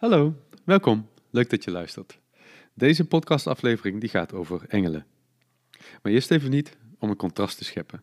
Hallo, welkom. Leuk dat je luistert. Deze podcastaflevering die gaat over engelen. Maar eerst even niet om een contrast te scheppen.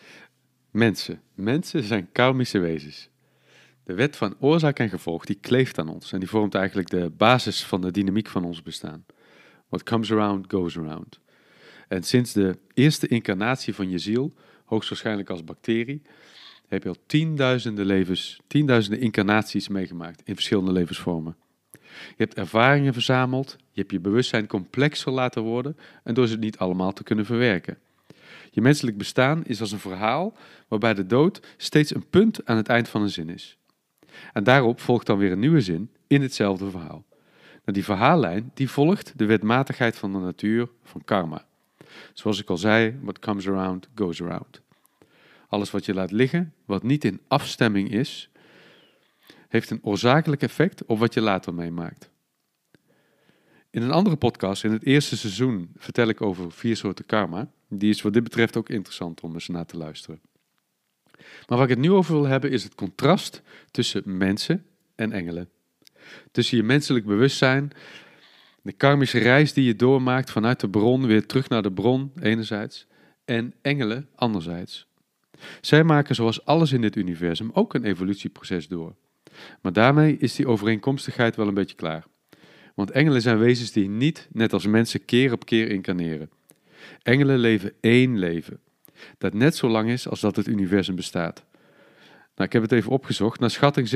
Mensen zijn karmische wezens. De wet van oorzaak en gevolg die kleeft aan ons en die vormt eigenlijk de basis van de dynamiek van ons bestaan. What comes around goes around. En sinds de eerste incarnatie van je ziel, hoogstwaarschijnlijk als bacterie, heb je al tienduizenden incarnaties meegemaakt in verschillende levensvormen. Je hebt ervaringen verzameld, je hebt je bewustzijn complexer laten worden en door ze niet allemaal te kunnen verwerken. Je menselijk bestaan is als een verhaal waarbij de dood steeds een punt aan het eind van een zin is. En daarop volgt dan weer een nieuwe zin in hetzelfde verhaal. Nou, die verhaallijn die volgt de wetmatigheid van de natuur van karma. Zoals ik al zei, what comes around goes around. Alles wat je laat liggen, wat niet in afstemming is, heeft een oorzakelijk effect op wat je later meemaakt. In een andere podcast, in het eerste seizoen, vertel ik over 4 soorten karma. Die is wat dit betreft ook interessant om eens naar te luisteren. Maar waar ik het nu over wil hebben is het contrast tussen mensen en engelen. Tussen je menselijk bewustzijn, de karmische reis die je doormaakt vanuit de bron weer terug naar de bron enerzijds en engelen anderzijds. Zij maken zoals alles in dit universum ook een evolutieproces door. Maar daarmee is die overeenkomstigheid wel een beetje klaar. Want engelen zijn wezens die niet, net als mensen, keer op keer incarneren. Engelen leven 1 leven, dat net zo lang is als dat het universum bestaat. Nou, ik heb het even opgezocht. Naar schatting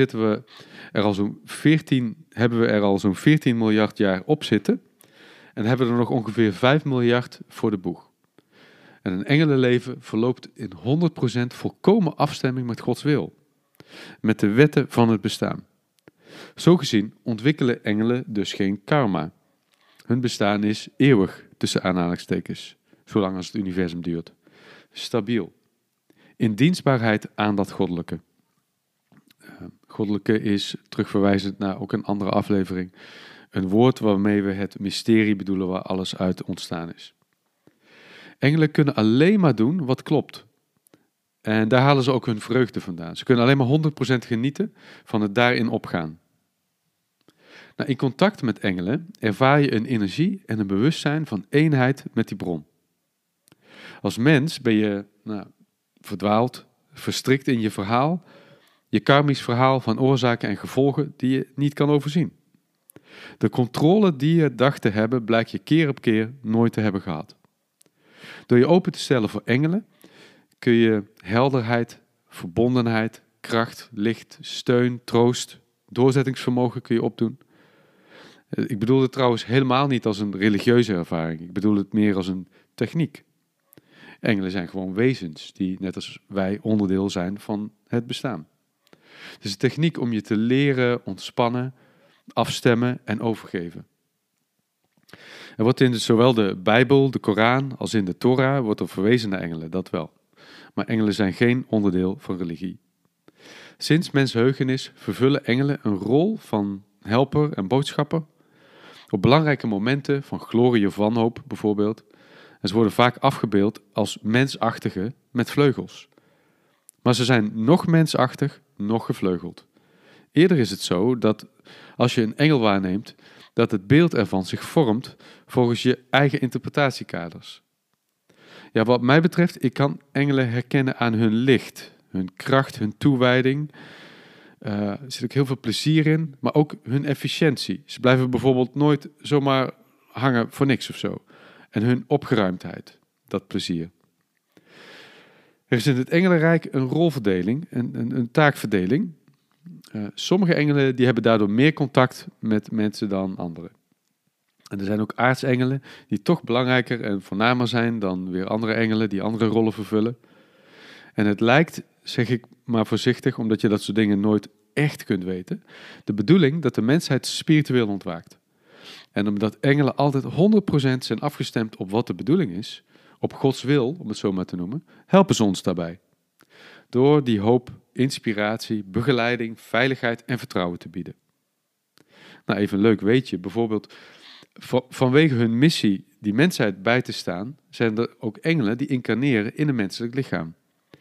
hebben we er al zo'n 14 miljard jaar op zitten. En hebben we er nog ongeveer 5 miljard voor de boeg. En een engelenleven verloopt in 100% volkomen afstemming met Gods wil. Met de wetten van het bestaan. Zo gezien ontwikkelen engelen dus geen karma. Hun bestaan is eeuwig, tussen aanhalingstekens, zolang als het universum duurt. Stabiel. In dienstbaarheid aan dat goddelijke. Goddelijke is, terugverwijzend naar ook een andere aflevering, een woord waarmee we het mysterie bedoelen waar alles uit ontstaan is. Engelen kunnen alleen maar doen wat klopt. En daar halen ze ook hun vreugde vandaan. Ze kunnen alleen maar 100% genieten van het daarin opgaan. Nou, in contact met engelen ervaar je een energie en een bewustzijn van eenheid met die bron. Als mens ben je verdwaald, verstrikt in je verhaal, je karmisch verhaal van oorzaken en gevolgen die je niet kan overzien. De controle die je dacht te hebben, blijkt je keer op keer nooit te hebben gehad. Door je open te stellen voor engelen, kun je helderheid, verbondenheid, kracht, licht, steun, troost, doorzettingsvermogen kun je opdoen. Ik bedoel het trouwens helemaal niet als een religieuze ervaring. Ik bedoel het meer als een techniek. Engelen zijn gewoon wezens die, net als wij, onderdeel zijn van het bestaan. Het is een techniek om je te leren ontspannen, afstemmen en overgeven. Er wordt in zowel de Bijbel, de Koran, als in de Torah wordt er verwezen naar engelen, dat wel. Maar engelen zijn geen onderdeel van religie. Sinds mensheugenis vervullen engelen een rol van helper en boodschapper. Op belangrijke momenten van glorie of wanhoop bijvoorbeeld. En ze worden vaak afgebeeld als mensachtige met vleugels. Maar ze zijn nog mensachtig, nog gevleugeld. Eerder is het zo dat als je een engel waarneemt, dat het beeld ervan zich vormt volgens je eigen interpretatiekaders. Ja, wat mij betreft, ik kan engelen herkennen aan hun licht, hun kracht, hun toewijding. Er zit ook heel veel plezier in, maar ook hun efficiëntie. Ze blijven bijvoorbeeld nooit zomaar hangen voor niks of zo. En hun opgeruimdheid, dat plezier. Er is in het engelenrijk een rolverdeling, een taakverdeling. Sommige engelen die hebben daardoor meer contact met mensen dan anderen. En er zijn ook aartsengelen die toch belangrijker en voornamer zijn dan weer andere engelen die andere rollen vervullen. En het lijkt, zeg ik maar voorzichtig, omdat je dat soort dingen nooit echt kunt weten, de bedoeling dat de mensheid spiritueel ontwaakt. En omdat engelen altijd 100% zijn afgestemd op wat de bedoeling is, op Gods wil, om het zo maar te noemen, helpen ze ons daarbij. Door die hoop, inspiratie, begeleiding, veiligheid en vertrouwen te bieden. Nou, even een leuk weetje. Bijvoorbeeld, vanwege hun missie die mensheid bij te staan, zijn er ook engelen die incarneren in een menselijk lichaam.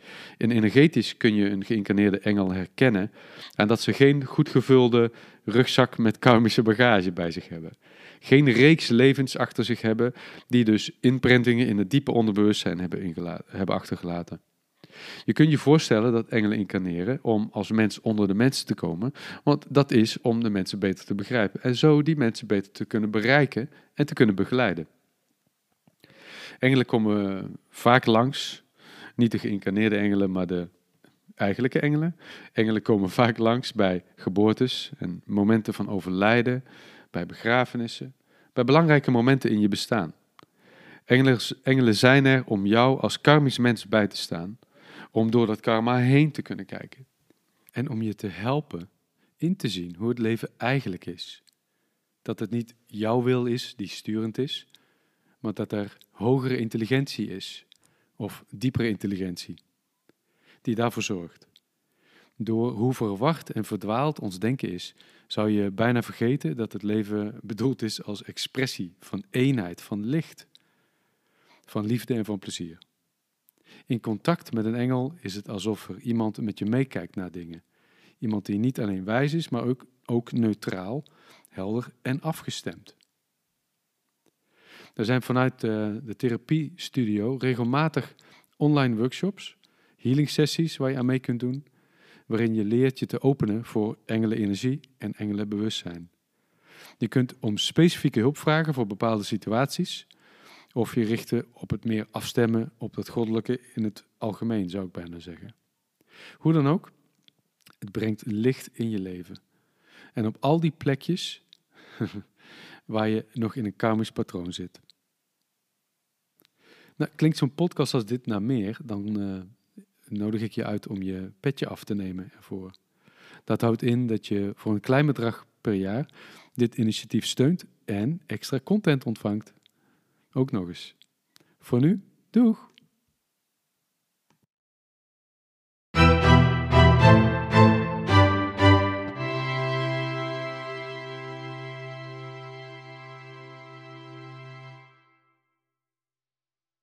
In energetisch kun je een geïncarneerde engel herkennen aan dat ze geen goed gevulde rugzak met karmische bagage bij zich hebben. Geen reeks levens achter zich hebben die dus imprintingen in het diepe onderbewustzijn hebben achtergelaten. Je kunt je voorstellen dat engelen incarneren om als mens onder de mensen te komen, want dat is om de mensen beter te begrijpen en zo die mensen beter te kunnen bereiken en te kunnen begeleiden. Engelen komen vaak langs, niet de geïncarneerde engelen, maar de eigenlijke engelen. Engelen komen vaak langs bij geboortes en momenten van overlijden, bij begrafenissen, bij belangrijke momenten in je bestaan. Engelen zijn er om jou als karmisch mens bij te staan, om door dat karma heen te kunnen kijken. En om je te helpen in te zien hoe het leven eigenlijk is. Dat het niet jouw wil is die sturend is, maar dat er hogere intelligentie is, of diepere intelligentie, die daarvoor zorgt. Door hoe verward en verdwaald ons denken is, zou je bijna vergeten dat het leven bedoeld is als expressie van eenheid, van licht, van liefde en van plezier. In contact met een engel is het alsof er iemand met je meekijkt naar dingen. Iemand die niet alleen wijs is, maar ook neutraal, helder en afgestemd. Er zijn vanuit de therapiestudio regelmatig online workshops, healing sessies waar je aan mee kunt doen, waarin je leert je te openen voor engelenenergie en engelenbewustzijn. Je kunt om specifieke hulp vragen voor bepaalde situaties, of je richten op het meer afstemmen op het goddelijke in het algemeen, zou ik bijna zeggen. Hoe dan ook, het brengt licht in je leven. En op al die plekjes waar je nog in een karmisch patroon zit. Nou, klinkt zo'n podcast als dit naar meer, dan nodig ik je uit om je petje af te nemen ervoor. Dat houdt in dat je voor een klein bedrag per jaar dit initiatief steunt en extra content ontvangt. Ook nog eens. Voor nu, doeg!